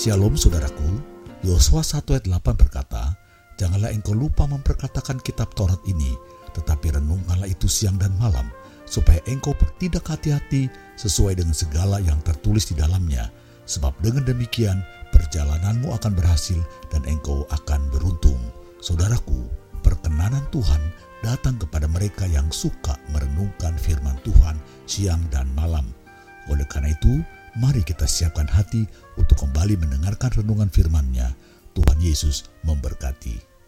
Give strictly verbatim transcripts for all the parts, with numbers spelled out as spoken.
Shalom saudaraku, Yosua satu ayat delapan berkata, "Janganlah engkau lupa memperkatakan kitab Taurat ini, tetapi renungkanlah itu siang dan malam, supaya engkau bertindak hati-hati sesuai dengan segala yang tertulis di dalamnya. Sebab dengan demikian perjalananmu akan berhasil dan engkau akan beruntung." Saudaraku, perkenanan Tuhan datang kepada mereka yang suka merenungkan firman Tuhan siang dan malam. Oleh karena itu, mari kita siapkan hati untuk kembali mendengarkan renungan firman-Nya. Tuhan Yesus memberkati.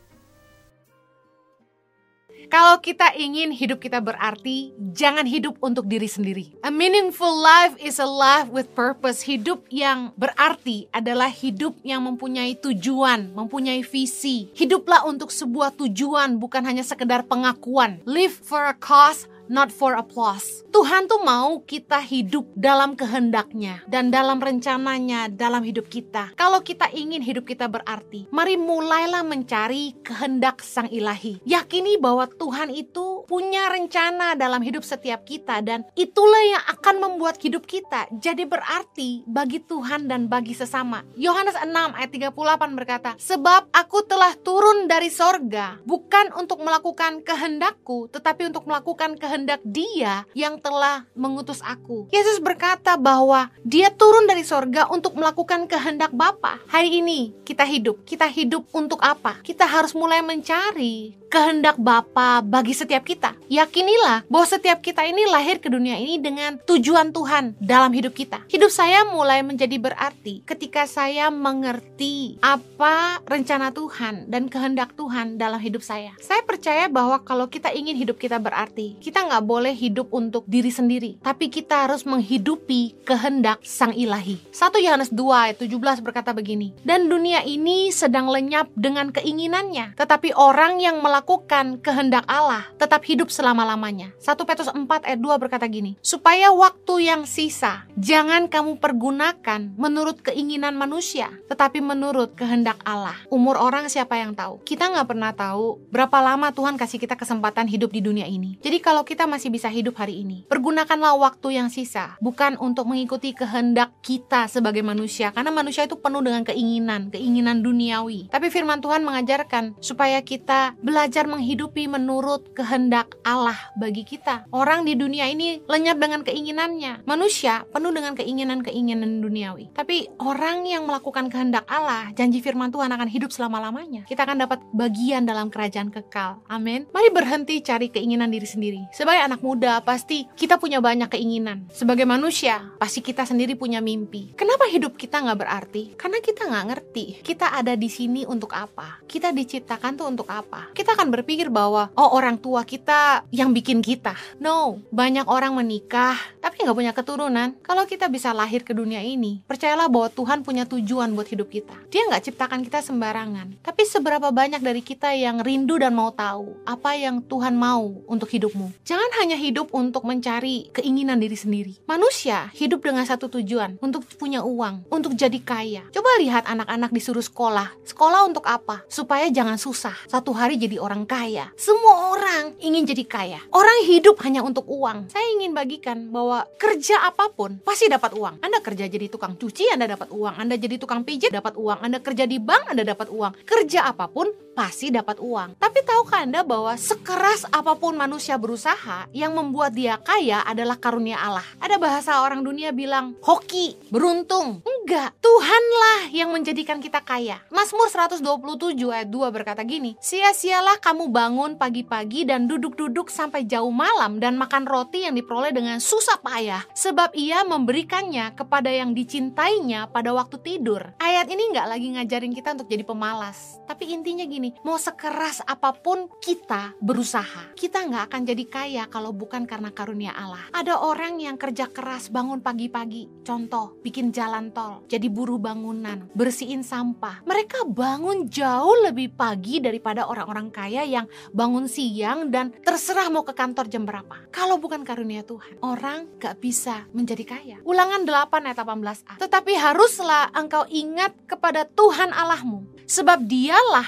Kalau kita ingin hidup kita berarti, jangan hidup untuk diri sendiri. A meaningful life is a life with purpose. Hidup yang berarti adalah hidup yang mempunyai tujuan, mempunyai visi. Hiduplah untuk sebuah tujuan, bukan hanya sekedar pengakuan. Live for a cause, not for applause. Tuhan tuh mau kita hidup dalam kehendaknya dan dalam rencananya dalam hidup kita. Kalau kita ingin hidup kita berarti, mari mulailah mencari kehendak Sang Ilahi. Yakini bahwa Tuhan itu punya rencana dalam hidup setiap kita, dan itulah yang akan membuat hidup kita jadi berarti bagi Tuhan dan bagi sesama. Yohanes enam ayat tiga puluh delapan berkata, "Sebab aku telah turun dari sorga, bukan untuk melakukan kehendakku, tetapi untuk melakukan kehendak hendak Dia yang telah mengutus aku." Yesus berkata bahwa Dia turun dari sorga untuk melakukan kehendak Bapa. Hari ini kita hidup, kita hidup untuk apa? Kita harus mulai mencari kehendak Bapa bagi setiap kita. Yakinilah bahwa setiap kita ini lahir ke dunia ini dengan tujuan Tuhan dalam hidup kita. Hidup saya mulai menjadi berarti ketika saya mengerti apa rencana Tuhan dan kehendak Tuhan dalam hidup saya. Saya percaya bahwa kalau kita ingin hidup kita berarti, kita nggak boleh hidup untuk diri sendiri, tapi kita harus menghidupi kehendak Sang Ilahi. satu Yohanes dua ayat tujuh belas berkata begini, "Dan dunia ini sedang lenyap dengan keinginannya, tetapi orang yang melakukan kehendak Allah tetap hidup selama-lamanya." satu Petrus empat ayat dua berkata gini, "Supaya waktu yang sisa jangan kamu pergunakan menurut keinginan manusia, tetapi menurut kehendak Allah." Umur orang siapa yang tahu? Kita nggak pernah tahu berapa lama Tuhan kasih kita kesempatan hidup di dunia ini. Jadi kalau kita masih bisa hidup hari ini, pergunakanlah waktu yang sisa bukan untuk mengikuti kehendak kita sebagai manusia, karena manusia itu penuh dengan keinginan, keinginan duniawi. Tapi firman Tuhan mengajarkan supaya kita belajar menghidupi menurut kehendak Allah bagi kita. Orang di dunia ini lenyap dengan keinginannya. Manusia penuh dengan keinginan-keinginan duniawi. Tapi orang yang melakukan kehendak Allah, janji firman Tuhan akan hidup selama-lamanya. Kita akan dapat bagian dalam kerajaan kekal. Amin. Mari berhenti cari keinginan diri sendiri. Sebagai anak muda, pasti kita punya banyak keinginan. Sebagai manusia, pasti kita sendiri punya mimpi. Kenapa hidup kita nggak berarti? Karena kita nggak ngerti kita ada di sini untuk apa. Kita diciptakan tuh untuk apa. Kita akan berpikir bahwa, oh, orang tua kita yang bikin kita. No, banyak orang menikah, tapi nggak punya keturunan. Kalau kita bisa lahir ke dunia ini, percayalah bahwa Tuhan punya tujuan buat hidup kita. Dia nggak ciptakan kita sembarangan. Tapi seberapa banyak dari kita yang rindu dan mau tahu apa yang Tuhan mau untuk hidupmu. Jangan hanya hidup untuk mencari keinginan diri sendiri. Manusia hidup dengan satu tujuan, untuk punya uang, untuk jadi kaya. Coba lihat anak-anak disuruh sekolah. Sekolah untuk apa? Supaya jangan susah. Satu hari jadi orang kaya. Semua orang ingin jadi kaya. Orang hidup hanya untuk uang. Saya ingin bagikan bahwa kerja apapun pasti dapat uang. Anda kerja jadi tukang cuci, Anda dapat uang. Anda jadi tukang pijat, dapat uang. Anda kerja di bank, Anda dapat uang. Kerja apapun pasti dapat uang. Tapi tahukah Anda bahwa sekeras apapun manusia berusaha, yang membuat dia kaya adalah karunia Allah. Ada bahasa orang dunia bilang hoki, beruntung. Enggak, Tuhanlah yang menjadikan kita kaya. Mazmur seratus dua puluh tujuh ayat dua berkata gini, "Sia-sialah kamu bangun pagi-pagi dan duduk-duduk sampai jauh malam dan makan roti yang diperoleh dengan susah payah, sebab ia memberikannya kepada yang dicintainya pada waktu tidur." Ayat ini enggak lagi ngajarin kita untuk jadi pemalas, tapi intinya gini, mau sekeras apapun kita berusaha, kita nggak akan jadi kaya kalau bukan karena karunia Allah. Ada orang yang kerja keras bangun pagi-pagi, contoh bikin jalan tol, jadi buruh bangunan, bersihin sampah. Mereka bangun jauh lebih pagi daripada orang-orang kaya yang bangun siang dan terserah mau ke kantor jam berapa. Kalau bukan karunia Tuhan, orang nggak bisa menjadi kaya. Ulangan delapan ayat delapan belas a. "Tetapi haruslah engkau ingat kepada Tuhan Allahmu, sebab Dialah yang memberi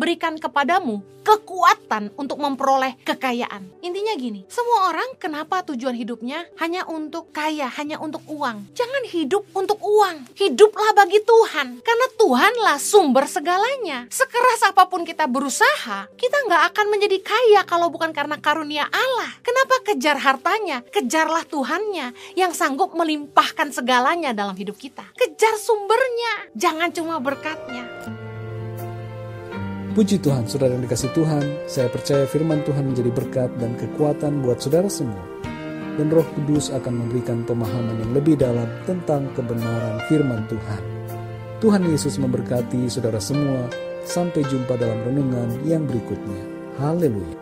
memberikan kepadamu kekuatan untuk memperoleh kekayaan. Intinya gini, semua orang kenapa tujuan hidupnya hanya untuk kaya, hanya untuk uang. Jangan hidup untuk uang, hiduplah bagi Tuhan. Karena Tuhanlah sumber segalanya. Sekeras apapun kita berusaha, kita gak akan menjadi kaya kalau bukan karena karunia Allah. Kenapa kejar hartanya? Kejarlah Tuhannya yang sanggup melimpahkan segalanya dalam hidup kita. Kejar sumbernya, jangan cuma berkatnya. Puji Tuhan, saudara yang dikasih Tuhan, saya percaya firman Tuhan menjadi berkat dan kekuatan buat saudara semua. Dan Roh Kudus akan memberikan pemahaman yang lebih dalam tentang kebenaran firman Tuhan. Tuhan Yesus memberkati saudara semua. Sampai jumpa dalam renungan yang berikutnya. Haleluya.